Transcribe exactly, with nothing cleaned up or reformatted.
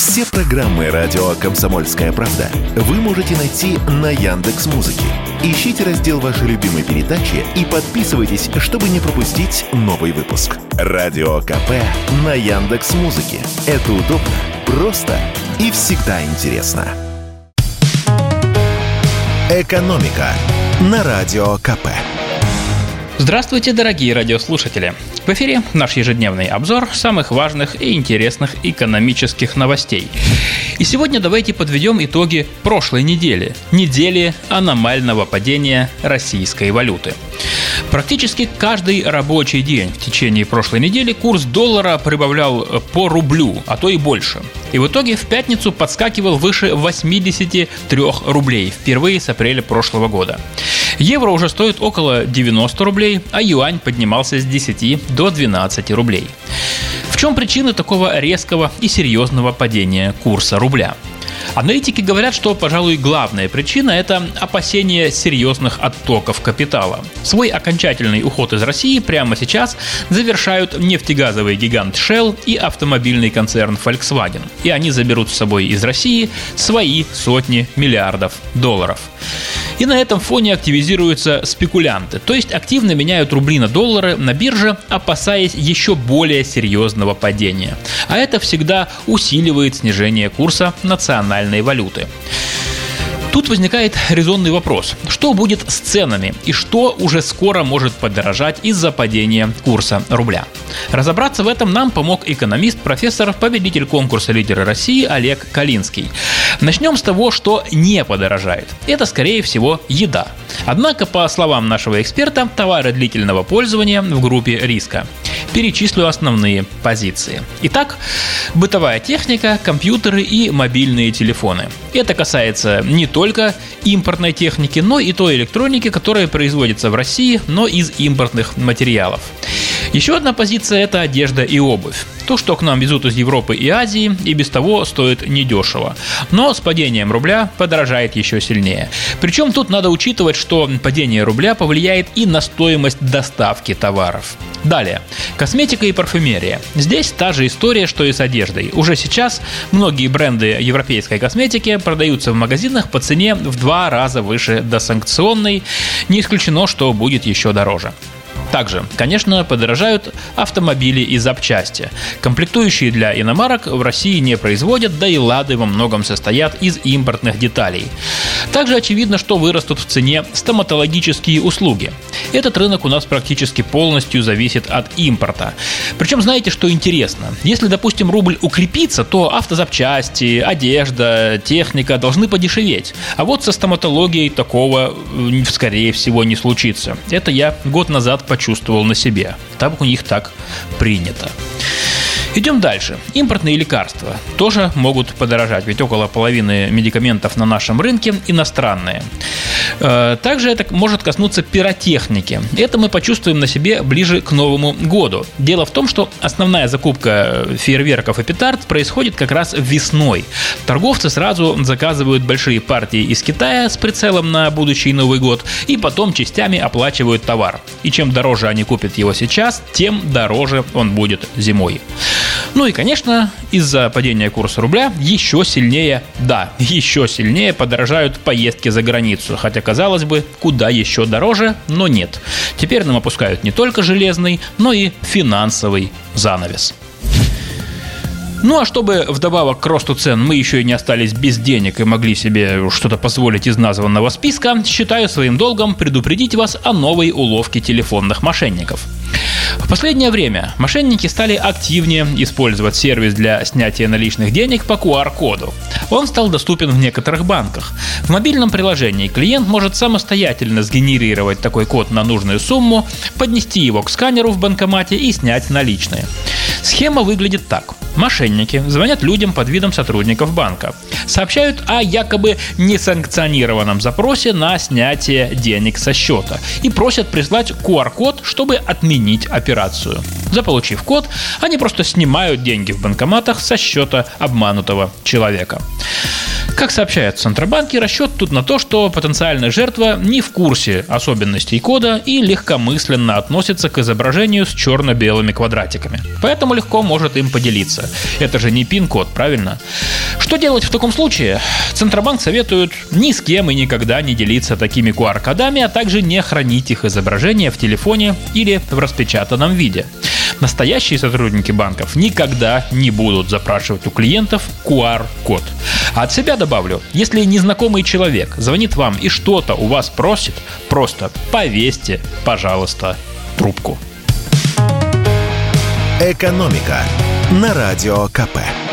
Все программы радио «Комсомольская правда» вы можете найти на Яндекс.Музыке. Ищите раздел вашей любимой передачи и подписывайтесь, чтобы не пропустить новый выпуск. Радио КП на Яндекс.Музыке. Это удобно, просто и всегда интересно. «Экономика» на Радио КП. Здравствуйте, дорогие радиослушатели! В эфире наш ежедневный обзор самых важных и интересных экономических новостей. И сегодня давайте подведем итоги прошлой недели, недели аномального падения российской валюты. Практически каждый рабочий день в течение прошлой недели курс доллара прибавлял по рублю, а то и больше. И в итоге в пятницу подскакивал выше восемьдесят три рублей, впервые с апреля прошлого года. Евро уже стоит около девяносто рублей, а юань поднимался с десяти до двенадцати рублей. В чем причины такого резкого и серьезного падения курса рубля? Аналитики говорят, что, пожалуй, главная причина – это опасение серьезных оттоков капитала. Свой окончательный уход из России прямо сейчас завершают нефтегазовый гигант Shell и автомобильный концерн Volkswagen. И они заберут с собой из России свои сотни миллиардов долларов. И на этом фоне активизируются спекулянты, то есть активно меняют рубли на доллары на бирже, опасаясь еще более серьезного падения. А это всегда усиливает снижение курса национальной валюты. Тут возникает резонный вопрос: что будет с ценами и что уже скоро может подорожать из-за падения курса рубля? Разобраться в этом нам помог экономист, профессор, победитель конкурса «Лидеры России» Олег Калинский. Начнем с того, что не подорожает. Это, скорее всего, еда. Однако, по словам нашего эксперта, товары длительного пользования в группе риска. Перечислю основные позиции. Итак, бытовая техника, компьютеры и мобильные телефоны. Это касается не только импортной техники, но и той электроники, которая производится в России, но из импортных материалов. Еще одна позиция – это одежда и обувь. То, что к нам везут из Европы и Азии, и без того стоит недешево. Но с падением рубля подорожает еще сильнее. Причем тут надо учитывать, что падение рубля повлияет и на стоимость доставки товаров. Далее. Косметика и парфюмерия. Здесь та же история, что и с одеждой. Уже сейчас многие бренды европейской косметики продаются в магазинах по цене в два раза выше досанкционной. Не исключено, что будет еще дороже. Также, конечно, подорожают автомобили и запчасти. Комплектующие для иномарок в России не производят, да и «Лады» во многом состоят из импортных деталей. Также очевидно, что вырастут в цене стоматологические услуги. Этот рынок у нас практически полностью зависит от импорта. Причем, знаете, что интересно? Если, допустим, рубль укрепится, то автозапчасти, одежда, техника должны подешеветь. А вот со стоматологией такого, скорее всего, не случится. Это я год назад почувствовал на себе. Там у них так принято. Идем дальше. Импортные лекарства тоже могут подорожать, ведь около половины медикаментов на нашем рынке иностранные. Также это может коснуться пиротехники. Это мы почувствуем на себе ближе к Новому году. Дело в том, что основная закупка фейерверков и петард происходит как раз весной. Торговцы сразу заказывают большие партии из Китая с прицелом на будущий Новый год и потом частями оплачивают товар. И чем дороже они купят его сейчас, тем дороже он будет зимой. Ну и, конечно, из-за падения курса рубля еще сильнее, да, еще сильнее подорожают поездки за границу. Хотя, казалось бы, куда еще дороже, но нет. Теперь нам опускают не только железный, но и финансовый занавес. Ну а чтобы вдобавок к росту цен мы еще и не остались без денег и могли себе что-то позволить из названного списка, считаю своим долгом предупредить вас о новой уловке телефонных мошенников. В последнее время мошенники стали активнее использовать сервис для снятия наличных денег по ку ар коду. Он стал доступен в некоторых банках. В мобильном приложении клиент может самостоятельно сгенерировать такой код на нужную сумму, поднести его к сканеру в банкомате и снять наличные. Схема выглядит так. Мошенники звонят людям под видом сотрудников банка, сообщают о якобы несанкционированном запросе на снятие денег со счета и просят прислать ку ар код, чтобы отменить операцию. Заполучив код, они просто снимают деньги в банкоматах со счета обманутого человека. Как сообщают в Центробанке, расчет тут на то, что потенциальная жертва не в курсе особенностей кода и легкомысленно относится к изображению с черно-белыми квадратиками. Поэтому легко может им поделиться. Это же не пин-код, правильно? Что делать в таком случае? Центробанк советует ни с кем и никогда не делиться такими ку ар-кодами, а также не хранить их изображение в телефоне или в распечатанном виде. Настоящие сотрудники банков никогда не будут запрашивать у клиентов ку ар-код. А от себя добавлю, если незнакомый человек звонит вам и что-то у вас просит, просто повесьте, пожалуйста, трубку. Экономика на Радио ка пэ.